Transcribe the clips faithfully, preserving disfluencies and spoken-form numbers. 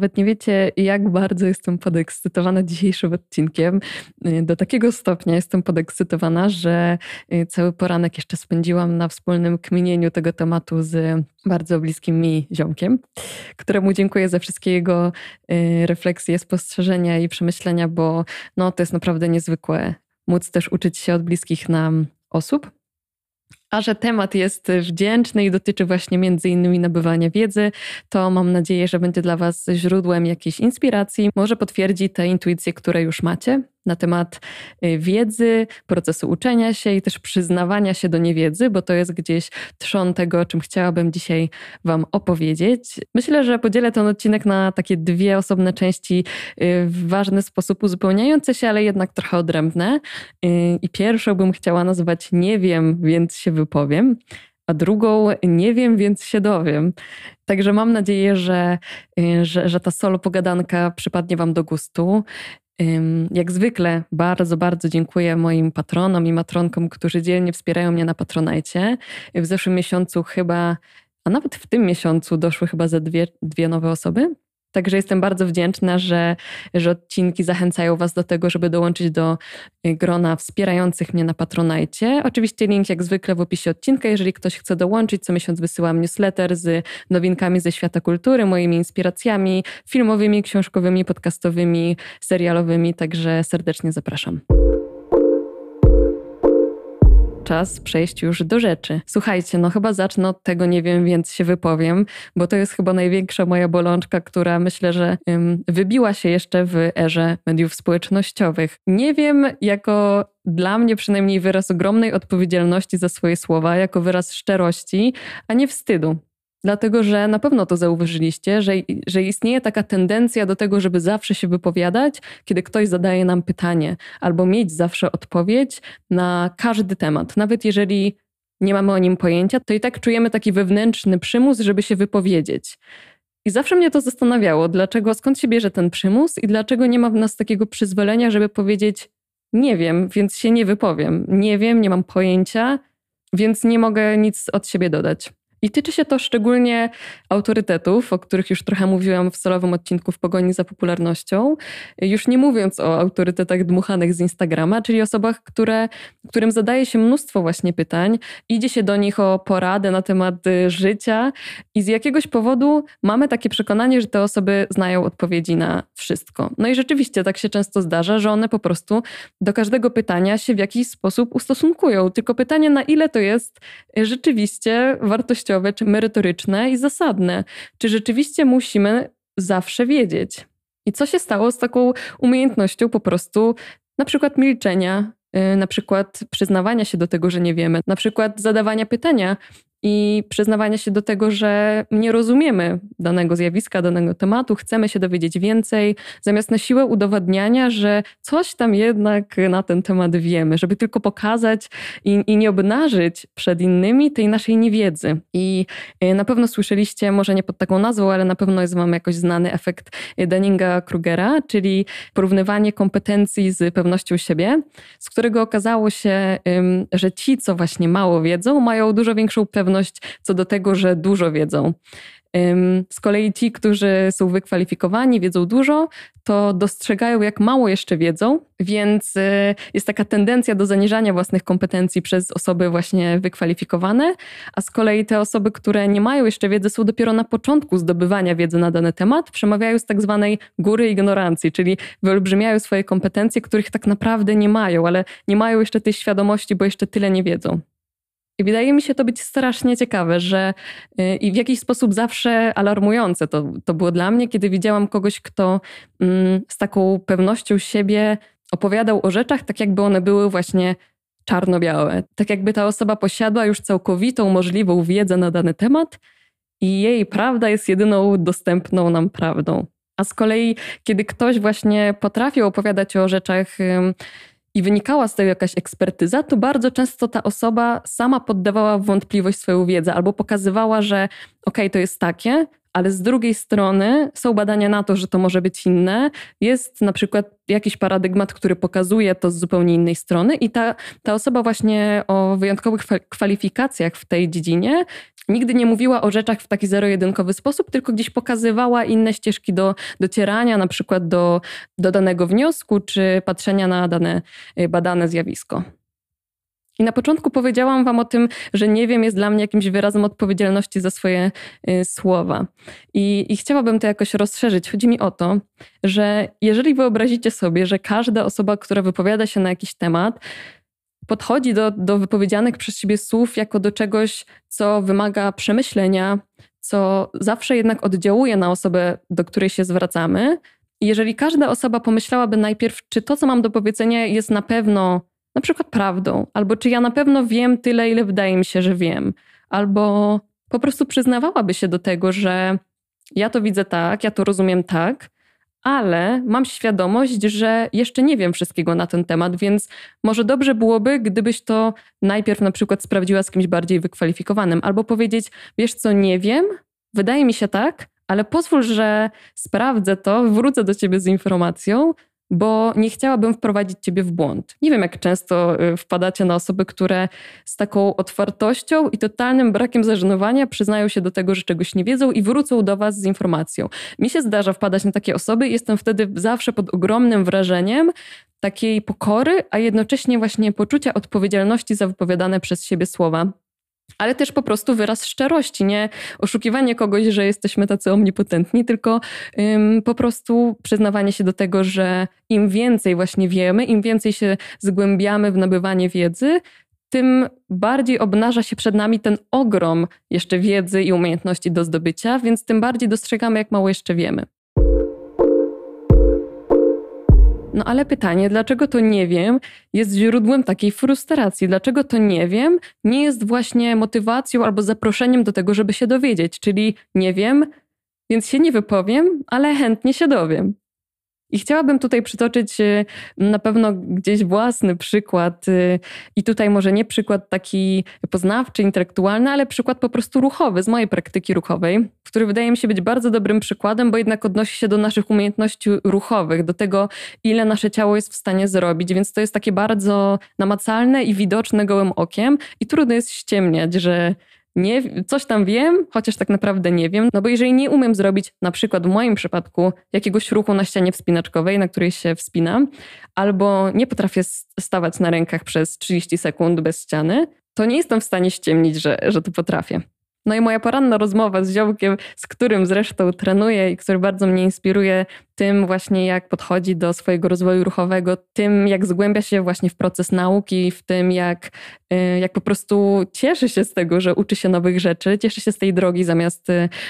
nawet nie wiecie, jak bardzo jestem podekscytowana dzisiejszym odcinkiem. Do takiego stopnia jestem podekscytowana, że cały poranek jeszcze spędziłam na wspólnym kminieniu tego tematu z bardzo bliskim mi ziomkiem, któremu dziękuję za wszystkie jego refleksje, spostrzeżenia i przemyślenia, bo no, to jest naprawdę niezwykłe móc też uczyć się od bliskich nam osób. A że temat jest wdzięczny i dotyczy właśnie między innymi nabywania wiedzy, to mam nadzieję, że będzie dla was źródłem jakiejś inspiracji. Może potwierdzi te intuicje, które już macie na temat wiedzy, procesu uczenia się i też przyznawania się do niewiedzy, bo to jest gdzieś trzon tego, o czym chciałabym dzisiaj wam opowiedzieć. Myślę, że podzielę ten odcinek na takie dwie osobne części w ważny sposób uzupełniające się, ale jednak trochę odrębne. I pierwszą bym chciała nazwać nie wiem, więc się wypowiem, a drugą nie wiem, więc się dowiem. Także mam nadzieję, że, że, że ta solo pogadanka przypadnie wam do gustu. Jak zwykle bardzo, bardzo dziękuję moim patronom i matronkom, którzy dzielnie wspierają mnie na Patronite. W zeszłym miesiącu chyba, a nawet w tym miesiącu doszły chyba ze dwie, dwie nowe osoby. Także jestem bardzo wdzięczna, że, że odcinki zachęcają was do tego, żeby dołączyć do grona wspierających mnie na Patronite. Oczywiście link jak zwykle w opisie odcinka, jeżeli ktoś chce dołączyć. Co miesiąc wysyłam newsletter z nowinkami ze świata kultury, moimi inspiracjami filmowymi, książkowymi, podcastowymi, serialowymi, także serdecznie zapraszam. Czas przejść już do rzeczy. Słuchajcie, no chyba zacznę od tego, nie wiem, więc się wypowiem, bo to jest chyba największa moja bolączka, która myślę, że ym, wybiła się jeszcze w erze mediów społecznościowych. Nie wiem, jako dla mnie przynajmniej wyraz ogromnej odpowiedzialności za swoje słowa, jako wyraz szczerości, a nie wstydu. Dlatego, że na pewno to zauważyliście, że, że istnieje taka tendencja do tego, żeby zawsze się wypowiadać, kiedy ktoś zadaje nam pytanie, albo mieć zawsze odpowiedź na każdy temat. Nawet jeżeli nie mamy o nim pojęcia, to i tak czujemy taki wewnętrzny przymus, żeby się wypowiedzieć. I zawsze mnie to zastanawiało, dlaczego, skąd się bierze ten przymus i dlaczego nie ma w nas takiego przyzwolenia, żeby powiedzieć nie wiem, więc się nie wypowiem. Nie wiem, nie mam pojęcia, więc nie mogę nic od siebie dodać. I tyczy się to szczególnie autorytetów, o których już trochę mówiłam w solowym odcinku W pogoni za popularnością. Już nie mówiąc o autorytetach dmuchanych z Instagrama, czyli osobach, które, którym zadaje się mnóstwo właśnie pytań, idzie się do nich o poradę na temat życia i z jakiegoś powodu mamy takie przekonanie, że te osoby znają odpowiedzi na wszystko. No i rzeczywiście tak się często zdarza, że one po prostu do każdego pytania się w jakiś sposób ustosunkują. Tylko pytanie, na ile to jest rzeczywiście wartościowe, czy merytoryczne i zasadne. Czy rzeczywiście musimy zawsze wiedzieć? I co się stało z taką umiejętnością po prostu na przykład milczenia, na przykład przyznawania się do tego, że nie wiemy, na przykład zadawania pytania i przyznawania się do tego, że nie rozumiemy danego zjawiska, danego tematu, chcemy się dowiedzieć więcej, zamiast na siłę udowadniania, że coś tam jednak na ten temat wiemy, żeby tylko pokazać i, i nie obnażyć przed innymi tej naszej niewiedzy. I na pewno słyszeliście, może nie pod taką nazwą, ale na pewno jest wam jakoś znany efekt Dunninga-Krugera, czyli porównywanie kompetencji z pewnością siebie, z którego okazało się, że ci, co właśnie mało wiedzą, mają dużo większą pewność co do tego, że dużo wiedzą. Z kolei ci, którzy są wykwalifikowani, wiedzą dużo, to dostrzegają, jak mało jeszcze wiedzą, więc jest taka tendencja do zaniżania własnych kompetencji przez osoby właśnie wykwalifikowane, a z kolei te osoby, które nie mają jeszcze wiedzy, są dopiero na początku zdobywania wiedzy na dany temat, przemawiają z tak zwanej góry ignorancji, czyli wyolbrzymiają swoje kompetencje, których tak naprawdę nie mają, ale nie mają jeszcze tej świadomości, bo jeszcze tyle nie wiedzą. I wydaje mi się to być strasznie ciekawe, że yy, i w jakiś sposób zawsze alarmujące to, to było dla mnie, kiedy widziałam kogoś, kto yy, z taką pewnością siebie opowiadał o rzeczach, tak jakby one były właśnie czarno-białe. Tak jakby ta osoba posiadła już całkowitą możliwą wiedzę na dany temat i jej prawda jest jedyną dostępną nam prawdą. A z kolei, kiedy ktoś właśnie potrafił opowiadać o rzeczach yy, i wynikała z tego jakaś ekspertyza, to bardzo często ta osoba sama poddawała w wątpliwość swoją wiedzę albo pokazywała, że okej, okay, to jest takie, ale z drugiej strony są badania na to, że to może być inne. Jest na przykład jakiś paradygmat, który pokazuje to z zupełnie innej strony i ta, ta osoba właśnie o wyjątkowych kwalifikacjach w tej dziedzinie nigdy nie mówiła o rzeczach w taki zero-jedynkowy sposób, tylko gdzieś pokazywała inne ścieżki do docierania, na przykład do, do danego wniosku, czy patrzenia na dane badane zjawisko. I na początku powiedziałam wam o tym, że nie wiem jest dla mnie jakimś wyrazem odpowiedzialności za swoje y, słowa. I, I chciałabym to jakoś rozszerzyć. Chodzi mi o to, że jeżeli wyobrazicie sobie, że każda osoba, która wypowiada się na jakiś temat, podchodzi do, do wypowiedzianych przez siebie słów jako do czegoś, co wymaga przemyślenia, co zawsze jednak oddziałuje na osobę, do której się zwracamy. I jeżeli każda osoba pomyślałaby najpierw, czy to, co mam do powiedzenia, jest na pewno na przykład prawdą, albo czy ja na pewno wiem tyle, ile wydaje mi się, że wiem, albo po prostu przyznawałaby się do tego, że ja to widzę tak, ja to rozumiem tak, ale mam świadomość, że jeszcze nie wiem wszystkiego na ten temat, więc może dobrze byłoby, gdybyś to najpierw na przykład sprawdziła z kimś bardziej wykwalifikowanym, albo powiedzieć, wiesz co, nie wiem, wydaje mi się tak, ale pozwól, że sprawdzę to, wrócę do ciebie z informacją, bo nie chciałabym wprowadzić ciebie w błąd. Nie wiem, jak często wpadacie na osoby, które z taką otwartością i totalnym brakiem zażenowania przyznają się do tego, że czegoś nie wiedzą i wrócą do was z informacją. Mi się zdarza wpadać na takie osoby i jestem wtedy zawsze pod ogromnym wrażeniem takiej pokory, a jednocześnie właśnie poczucia odpowiedzialności za wypowiadane przez siebie słowa. Ale też po prostu wyraz szczerości, nie oszukiwanie kogoś, że jesteśmy tacy omnipotentni, tylko ym, po prostu przyznawanie się do tego, że im więcej właśnie wiemy, im więcej się zgłębiamy w nabywanie wiedzy, tym bardziej obnaża się przed nami ten ogrom jeszcze wiedzy i umiejętności do zdobycia, więc tym bardziej dostrzegamy, jak mało jeszcze wiemy. No ale pytanie, dlaczego to nie wiem jest źródłem takiej frustracji? Dlaczego to nie wiem nie jest właśnie motywacją albo zaproszeniem do tego, żeby się dowiedzieć? Czyli nie wiem, więc się nie wypowiem, ale chętnie się dowiem. I chciałabym tutaj przytoczyć na pewno gdzieś własny przykład i tutaj może nie przykład taki poznawczy, intelektualny, ale przykład po prostu ruchowy z mojej praktyki ruchowej, który wydaje mi się być bardzo dobrym przykładem, bo jednak odnosi się do naszych umiejętności ruchowych, do tego, ile nasze ciało jest w stanie zrobić, więc to jest takie bardzo namacalne i widoczne gołym okiem i trudno jest ściemniać, że Nie, coś tam wiem, chociaż tak naprawdę nie wiem, no bo jeżeli nie umiem zrobić, na przykład w moim przypadku, jakiegoś ruchu na ścianie wspinaczkowej, na której się wspinam, albo nie potrafię stawać na rękach przez trzydzieści sekund bez ściany, to nie jestem w stanie ściemnić, że, że to potrafię. No i moja poranna rozmowa z ziołkiem, z którym zresztą trenuję i który bardzo mnie inspiruje tym właśnie, jak podchodzi do swojego rozwoju ruchowego, tym jak zgłębia się właśnie w proces nauki, w tym jak, jak po prostu cieszy się z tego, że uczy się nowych rzeczy, cieszy się z tej drogi zamiast,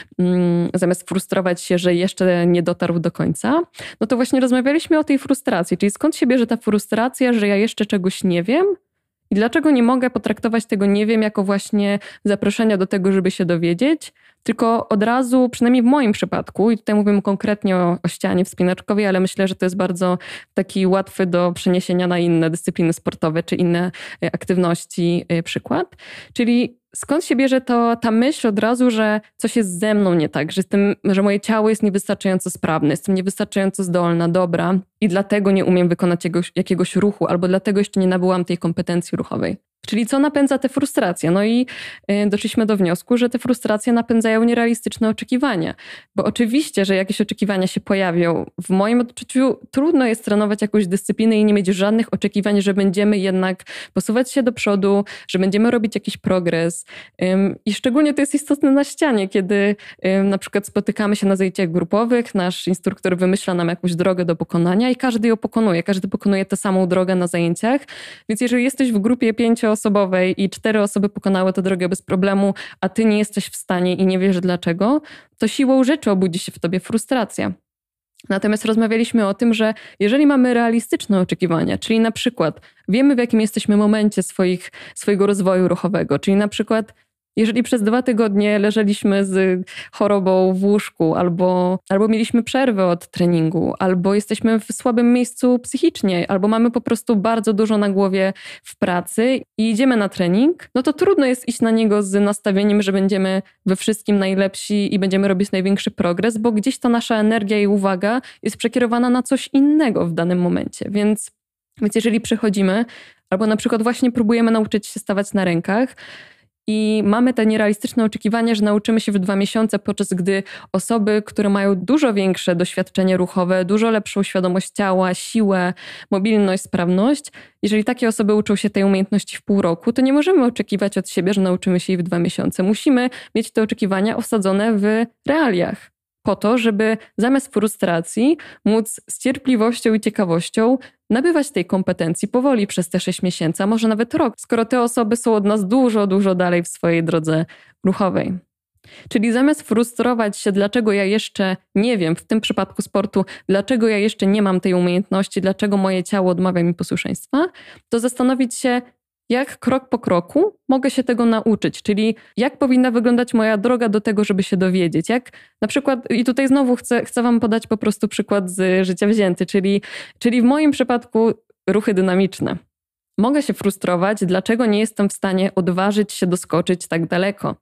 zamiast frustrować się, że jeszcze nie dotarł do końca. No to właśnie rozmawialiśmy o tej frustracji, czyli skąd się bierze ta frustracja, że ja jeszcze czegoś nie wiem? I dlaczego nie mogę potraktować tego nie wiem jako właśnie zaproszenia do tego, żeby się dowiedzieć, tylko od razu, przynajmniej w moim przypadku, i tutaj mówimy konkretnie o, o ścianie wspinaczkowej, ale myślę, że to jest bardzo taki łatwy do przeniesienia na inne dyscypliny sportowe czy inne aktywności przykład. Czyli skąd się bierze to, ta myśl od razu, że coś jest ze mną nie tak, że, tym, że moje ciało jest niewystarczająco sprawne, jestem niewystarczająco zdolna, dobra i dlatego nie umiem wykonać jakiegoś, jakiegoś ruchu albo dlatego jeszcze nie nabyłam tej kompetencji ruchowej. Czyli co napędza te frustracje? No i y, doszliśmy do wniosku, że te frustracje napędzają nierealistyczne oczekiwania. Bo oczywiście, że jakieś oczekiwania się pojawią. W moim odczuciu trudno jest trenować jakąś dyscyplinę i nie mieć żadnych oczekiwań, że będziemy jednak posuwać się do przodu, że będziemy robić jakiś progres. Ym, I szczególnie to jest istotne na ścianie, kiedy ym, na przykład spotykamy się na zajęciach grupowych, nasz instruktor wymyśla nam jakąś drogę do pokonania i każdy ją pokonuje. Każdy pokonuje tę samą drogę na zajęciach. Więc jeżeli jesteś w grupie pięcio osobowej i cztery osoby pokonały tę drogę bez problemu, a ty nie jesteś w stanie i nie wiesz dlaczego, to siłą rzeczy obudzi się w tobie frustracja. Natomiast rozmawialiśmy o tym, że jeżeli mamy realistyczne oczekiwania, czyli na przykład wiemy, w jakim jesteśmy momencie swoich, swojego rozwoju ruchowego, czyli na przykład Jeżeli przez dwa tygodnie leżeliśmy z chorobą w łóżku, albo, albo mieliśmy przerwę od treningu, albo jesteśmy w słabym miejscu psychicznie, albo mamy po prostu bardzo dużo na głowie w pracy i idziemy na trening, no to trudno jest iść na niego z nastawieniem, że będziemy we wszystkim najlepsi i będziemy robić największy progres, bo gdzieś ta nasza energia i uwaga jest przekierowana na coś innego w danym momencie. Więc, więc jeżeli przychodzimy, albo na przykład właśnie próbujemy nauczyć się stawać na rękach, i mamy te nierealistyczne oczekiwania, że nauczymy się w dwa miesiące, podczas gdy osoby, które mają dużo większe doświadczenie ruchowe, dużo lepszą świadomość ciała, siłę, mobilność, sprawność, jeżeli takie osoby uczą się tej umiejętności w pół roku, to nie możemy oczekiwać od siebie, że nauczymy się jej w dwa miesiące. Musimy mieć te oczekiwania osadzone w realiach, po to, żeby zamiast frustracji móc z cierpliwością i ciekawością nabywać tej kompetencji powoli przez te sześć miesięcy, a może nawet rok, skoro te osoby są od nas dużo, dużo dalej w swojej drodze ruchowej. Czyli zamiast frustrować się, dlaczego ja jeszcze nie wiem, w tym przypadku sportu, dlaczego ja jeszcze nie mam tej umiejętności, dlaczego moje ciało odmawia mi posłuszeństwa, to zastanowić się, jak krok po kroku mogę się tego nauczyć, czyli jak powinna wyglądać moja droga do tego, żeby się dowiedzieć. Jak na przykład, i tutaj znowu chcę, chcę wam podać po prostu przykład z życia wzięty, czyli, czyli w moim przypadku ruchy dynamiczne. Mogę się frustrować, dlaczego nie jestem w stanie odważyć się doskoczyć tak daleko.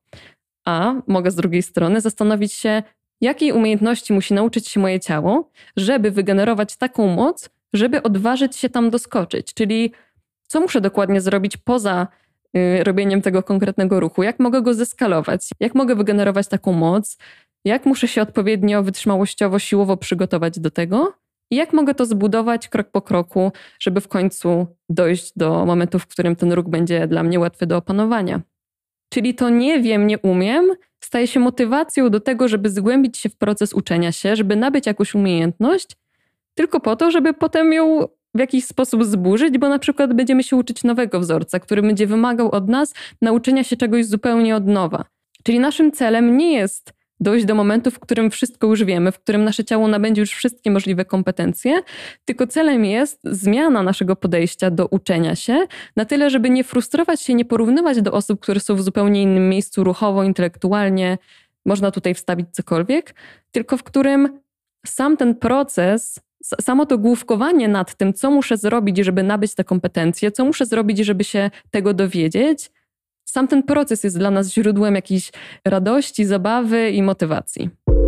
A mogę z drugiej strony zastanowić się, jakiej umiejętności musi nauczyć się moje ciało, żeby wygenerować taką moc, żeby odważyć się tam doskoczyć. Czyli co muszę dokładnie zrobić poza y, robieniem tego konkretnego ruchu? Jak mogę go zeskalować? Jak mogę wygenerować taką moc? Jak muszę się odpowiednio wytrzymałościowo, siłowo przygotować do tego? I jak mogę to zbudować krok po kroku, żeby w końcu dojść do momentu, w którym ten ruch będzie dla mnie łatwy do opanowania? Czyli to nie wiem, nie umiem, staje się motywacją do tego, żeby zgłębić się w proces uczenia się, żeby nabyć jakąś umiejętność, tylko po to, żeby potem ją w jakiś sposób zburzyć, bo na przykład będziemy się uczyć nowego wzorca, który będzie wymagał od nas nauczenia się czegoś zupełnie od nowa. Czyli naszym celem nie jest dojść do momentu, w którym wszystko już wiemy, w którym nasze ciało nabędzie już wszystkie możliwe kompetencje, tylko celem jest zmiana naszego podejścia do uczenia się na tyle, żeby nie frustrować się, nie porównywać do osób, które są w zupełnie innym miejscu ruchowo, intelektualnie, można tutaj wstawić cokolwiek, tylko w którym sam ten proces, samo to główkowanie nad tym, co muszę zrobić, żeby nabyć te kompetencje, co muszę zrobić, żeby się tego dowiedzieć, sam ten proces jest dla nas źródłem jakiejś radości, zabawy i motywacji.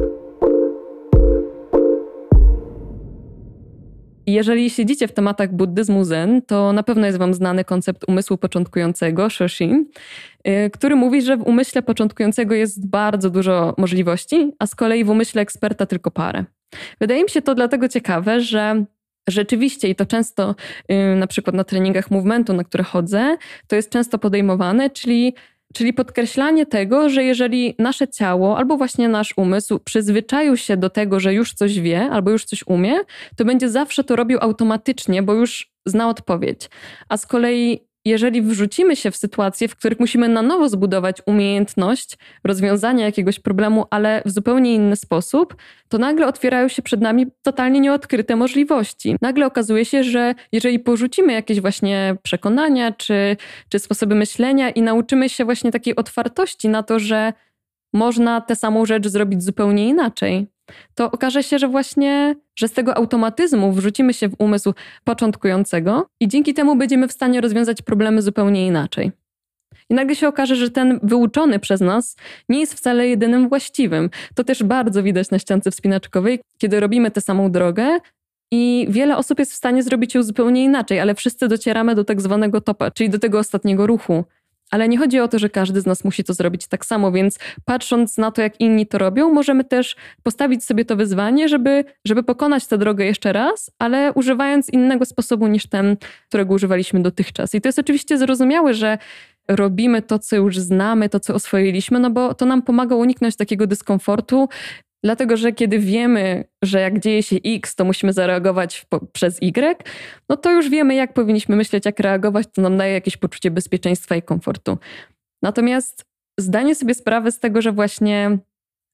Jeżeli siedzicie w tematach buddyzmu zen, to na pewno jest wam znany koncept umysłu początkującego, Shoshin, który mówi, że w umyśle początkującego jest bardzo dużo możliwości, a z kolei w umyśle eksperta tylko parę. Wydaje mi się to dlatego ciekawe, że rzeczywiście, i to często yy, na przykład na treningach movementu, na które chodzę, to jest często podejmowane, czyli, czyli podkreślanie tego, że jeżeli nasze ciało albo właśnie nasz umysł przyzwyczaił się do tego, że już coś wie albo już coś umie, to będzie zawsze to robił automatycznie, bo już zna odpowiedź. A z kolei jeżeli wrzucimy się w sytuacje, w których musimy na nowo zbudować umiejętność rozwiązania jakiegoś problemu, ale w zupełnie inny sposób, to nagle otwierają się przed nami totalnie nieodkryte możliwości. Nagle okazuje się, że jeżeli porzucimy jakieś właśnie przekonania czy, czy sposoby myślenia i nauczymy się właśnie takiej otwartości na to, że można tę samą rzecz zrobić zupełnie inaczej, to okaże się, że właśnie, że z tego automatyzmu wrzucimy się w umysł początkującego i dzięki temu będziemy w stanie rozwiązać problemy zupełnie inaczej. I nagle się okaże, że ten wyuczony przez nas nie jest wcale jedynym właściwym. To też bardzo widać na ściance wspinaczkowej, kiedy robimy tę samą drogę i wiele osób jest w stanie zrobić ją zupełnie inaczej, ale wszyscy docieramy do tak zwanego topa, czyli do tego ostatniego ruchu. Ale nie chodzi o to, że każdy z nas musi to zrobić tak samo, więc patrząc na to, jak inni to robią, możemy też postawić sobie to wyzwanie, żeby, żeby pokonać tę drogę jeszcze raz, ale używając innego sposobu niż ten, którego używaliśmy dotychczas. I to jest oczywiście zrozumiałe, że robimy to, co już znamy, to, co oswoiliśmy, no bo to nam pomaga uniknąć takiego dyskomfortu, dlatego, że kiedy wiemy, że jak dzieje się X, to musimy zareagować po, przez Y, no to już wiemy, jak powinniśmy myśleć, jak reagować, to nam daje jakieś poczucie bezpieczeństwa i komfortu. Natomiast zdanie sobie sprawy z tego, że właśnie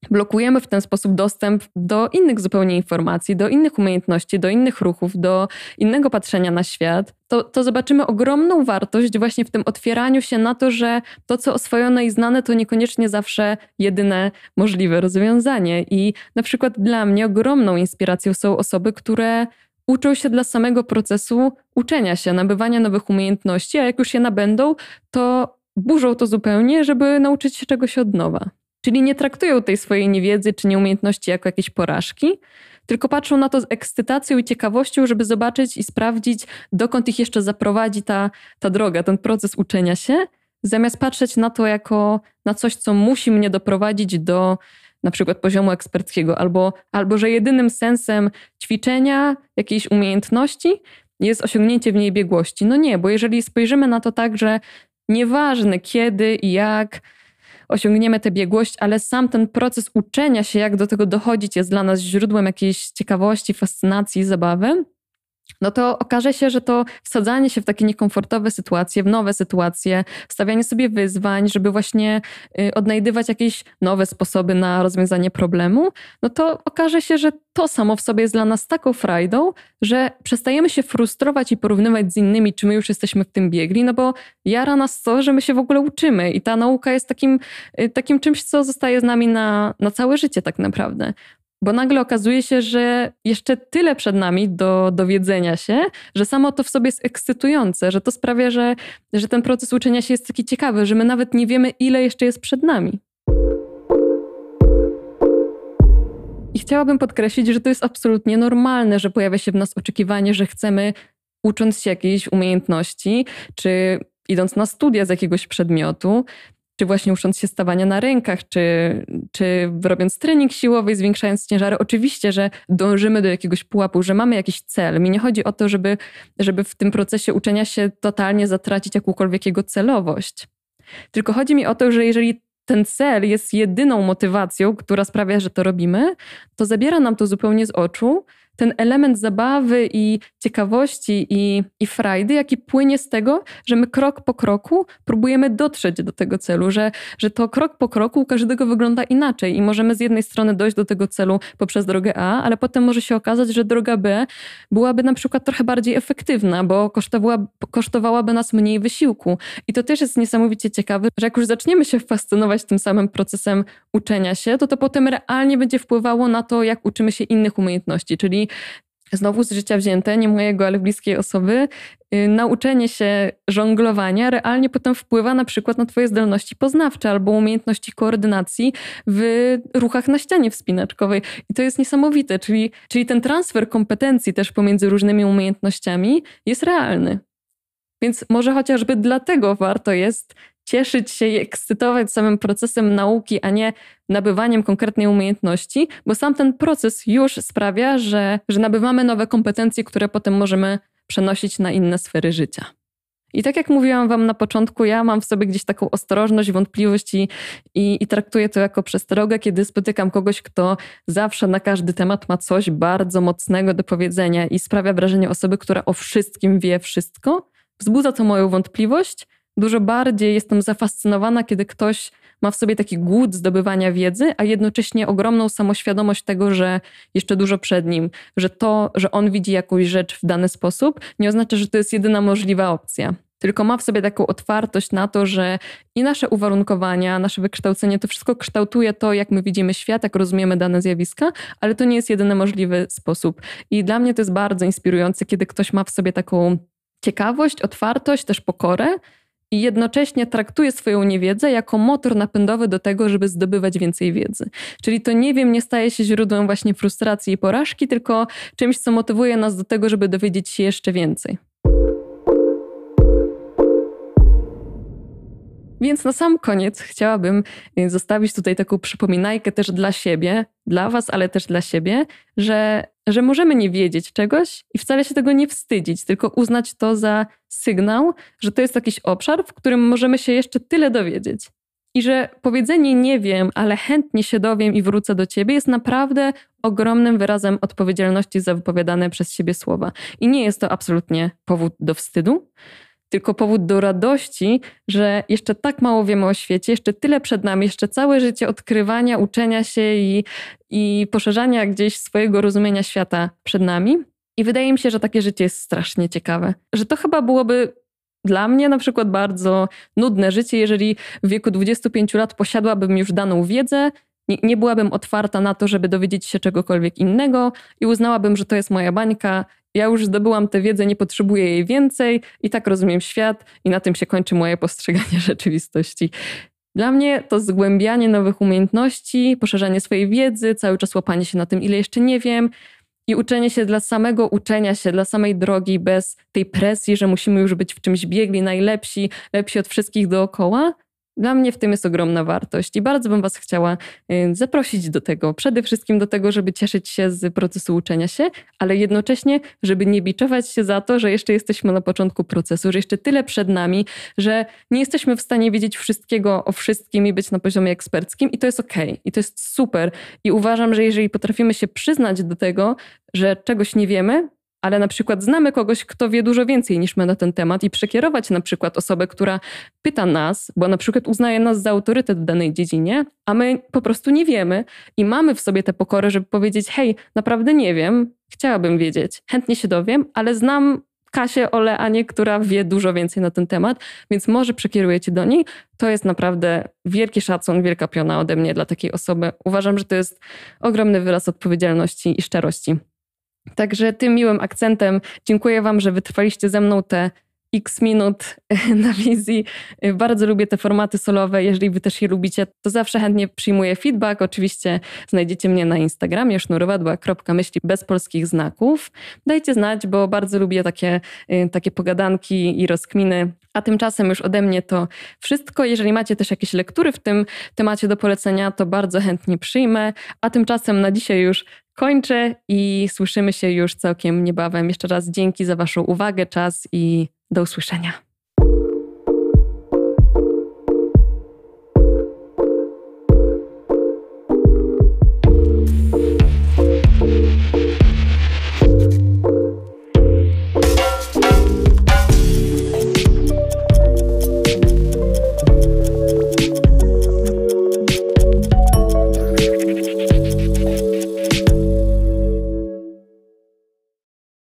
blokujemy w ten sposób dostęp do innych zupełnie informacji, do innych umiejętności, do innych ruchów, do innego patrzenia na świat, to, to zobaczymy ogromną wartość właśnie w tym otwieraniu się na to, że to, co oswojone i znane, to niekoniecznie zawsze jedyne możliwe rozwiązanie. I na przykład dla mnie ogromną inspiracją są osoby, które uczą się dla samego procesu uczenia się, nabywania nowych umiejętności, a jak już je nabędą, to burzą to zupełnie, żeby nauczyć się czegoś od nowa. Czyli nie traktują tej swojej niewiedzy czy nieumiejętności jako jakieś porażki, tylko patrzą na to z ekscytacją i ciekawością, żeby zobaczyć i sprawdzić, dokąd ich jeszcze zaprowadzi ta, ta droga, ten proces uczenia się, zamiast patrzeć na to jako na coś, co musi mnie doprowadzić do na przykład poziomu eksperckiego, albo, albo że jedynym sensem ćwiczenia jakiejś umiejętności jest osiągnięcie w niej biegłości. No nie, bo jeżeli spojrzymy na to tak, że nieważne kiedy i jak osiągniemy tę biegłość, ale sam ten proces uczenia się, jak do tego dochodzić, jest dla nas źródłem jakiejś ciekawości, fascynacji, zabawy, no to okaże się, że to wsadzanie się w takie niekomfortowe sytuacje, w nowe sytuacje, stawianie sobie wyzwań, żeby właśnie odnajdywać jakieś nowe sposoby na rozwiązanie problemu, no to okaże się, że to samo w sobie jest dla nas taką frajdą, że przestajemy się frustrować i porównywać z innymi, czy my już jesteśmy w tym biegli, no bo jara nas to, że my się w ogóle uczymy i ta nauka jest takim, takim czymś, co zostaje z nami na, na całe życie tak naprawdę. Bo nagle okazuje się, że jeszcze tyle przed nami do dowiedzenia się, że samo to w sobie jest ekscytujące, że to sprawia, że, że ten proces uczenia się jest taki ciekawy, że my nawet nie wiemy, ile jeszcze jest przed nami. I chciałabym podkreślić, że to jest absolutnie normalne, że pojawia się w nas oczekiwanie, że chcemy, ucząc się jakiejś umiejętności, czy idąc na studia z jakiegoś przedmiotu, czy właśnie ucząc się stawania na rękach, czy, czy robiąc trening siłowy, zwiększając ciężary. Oczywiście, że dążymy do jakiegoś pułapu, że mamy jakiś cel. Mi nie chodzi o to, żeby, żeby w tym procesie uczenia się totalnie zatracić jakąkolwiek jego celowość. Tylko chodzi mi o to, że jeżeli ten cel jest jedyną motywacją, która sprawia, że to robimy, to zabiera nam to zupełnie z oczu ten element zabawy i ciekawości i, i frajdy, jaki płynie z tego, że my krok po kroku próbujemy dotrzeć do tego celu, że, że to krok po kroku u każdego wygląda inaczej i możemy z jednej strony dojść do tego celu poprzez drogę A, ale potem może się okazać, że droga B byłaby na przykład trochę bardziej efektywna, bo kosztowała, kosztowałaby nas mniej wysiłku. I to też jest niesamowicie ciekawe, że jak już zaczniemy się fascynować tym samym procesem uczenia się, to to potem realnie będzie wpływało na to, jak uczymy się innych umiejętności, czyli znowu z życia wzięte, nie mojego, ale bliskiej osoby, yy, nauczenie się żonglowania realnie potem wpływa na przykład na twoje zdolności poznawcze albo umiejętności koordynacji w ruchach na ścianie wspinaczkowej. I to jest niesamowite, czyli, czyli ten transfer kompetencji też pomiędzy różnymi umiejętnościami jest realny. Więc może chociażby dlatego warto jest cieszyć się i ekscytować samym procesem nauki, a nie nabywaniem konkretnej umiejętności, bo sam ten proces już sprawia, że, że nabywamy nowe kompetencje, które potem możemy przenosić na inne sfery życia. I tak jak mówiłam wam na początku, ja mam w sobie gdzieś taką ostrożność, wątpliwość i, i, i traktuję to jako przestrogę, kiedy spotykam kogoś, kto zawsze na każdy temat ma coś bardzo mocnego do powiedzenia i sprawia wrażenie osoby, która o wszystkim wie wszystko. Wzbudza to moją wątpliwość. Dużo bardziej jestem zafascynowana, kiedy ktoś ma w sobie taki głód zdobywania wiedzy, a jednocześnie ogromną samoświadomość tego, że jeszcze dużo przed nim, że to, że on widzi jakąś rzecz w dany sposób, nie oznacza, że to jest jedyna możliwa opcja. Tylko ma w sobie taką otwartość na to, że i nasze uwarunkowania, nasze wykształcenie, to wszystko kształtuje to, jak my widzimy świat, jak rozumiemy dane zjawiska, ale to nie jest jedyny możliwy sposób. I dla mnie to jest bardzo inspirujące, kiedy ktoś ma w sobie taką ciekawość, otwartość, też pokorę, i jednocześnie traktuje swoją niewiedzę jako motor napędowy do tego, żeby zdobywać więcej wiedzy. Czyli to nie wiem, nie staje się źródłem właśnie frustracji i porażki, tylko czymś, co motywuje nas do tego, żeby dowiedzieć się jeszcze więcej. Więc na sam koniec chciałabym zostawić tutaj taką przypominajkę też dla siebie, dla was, ale też dla siebie, że, że możemy nie wiedzieć czegoś i wcale się tego nie wstydzić, tylko uznać to za sygnał, że to jest jakiś obszar, w którym możemy się jeszcze tyle dowiedzieć. I że powiedzenie nie wiem, ale chętnie się dowiem i wrócę do ciebie jest naprawdę ogromnym wyrazem odpowiedzialności za wypowiadane przez siebie słowa. I nie jest to absolutnie powód do wstydu, tylko powód do radości, że jeszcze tak mało wiemy o świecie, jeszcze tyle przed nami, jeszcze całe życie odkrywania, uczenia się i, i poszerzania gdzieś swojego rozumienia świata przed nami. I wydaje mi się, że takie życie jest strasznie ciekawe. Że to chyba byłoby dla mnie na przykład bardzo nudne życie, jeżeli w wieku dwudziestu pięciu lat posiadłabym już daną wiedzę, nie, nie byłabym otwarta na to, żeby dowiedzieć się czegokolwiek innego i uznałabym, że to jest moja bańka. Ja już zdobyłam tę wiedzę, nie potrzebuję jej więcej i tak rozumiem świat i na tym się kończy moje postrzeganie rzeczywistości. Dla mnie to zgłębianie nowych umiejętności, poszerzanie swojej wiedzy, cały czas łapanie się na tym, ile jeszcze nie wiem i uczenie się dla samego uczenia się, dla samej drogi, bez tej presji, że musimy już być w czymś biegli, najlepsi, lepsi od wszystkich dookoła. Dla mnie w tym jest ogromna wartość i bardzo bym was chciała zaprosić do tego. Przede wszystkim do tego, żeby cieszyć się z procesu uczenia się, ale jednocześnie, żeby nie biczować się za to, że jeszcze jesteśmy na początku procesu, że jeszcze tyle przed nami, że nie jesteśmy w stanie wiedzieć wszystkiego o wszystkim i być na poziomie eksperckim i to jest okej, i to jest super. I uważam, że jeżeli potrafimy się przyznać do tego, że czegoś nie wiemy, ale na przykład znamy kogoś, kto wie dużo więcej niż my na ten temat i przekierować na przykład osobę, która pyta nas, bo na przykład uznaje nas za autorytet w danej dziedzinie, a my po prostu nie wiemy i mamy w sobie tę pokorę, żeby powiedzieć: hej, naprawdę nie wiem, chciałabym wiedzieć, chętnie się dowiem, ale znam Kasię, Olę, Anię, która wie dużo więcej na ten temat, więc może przekierujecie do niej. To jest naprawdę wielki szacun, wielka piona ode mnie dla takiej osoby. Uważam, że to jest ogromny wyraz odpowiedzialności i szczerości. Także tym miłym akcentem dziękuję wam, że wytrwaliście ze mną te x minut na wizji. Bardzo lubię te formaty solowe. Jeżeli wy też je lubicie, to zawsze chętnie przyjmuję feedback. Oczywiście znajdziecie mnie na Instagramie sznurowadła kropka myśli bez polskich znaków. Dajcie znać, bo bardzo lubię takie, takie pogadanki i rozkminy. A tymczasem już ode mnie to wszystko. Jeżeli macie też jakieś lektury w tym temacie do polecenia, to bardzo chętnie przyjmę. A tymczasem na dzisiaj już kończę i słyszymy się już całkiem niebawem. Jeszcze raz dzięki za waszą uwagę, czas i do usłyszenia.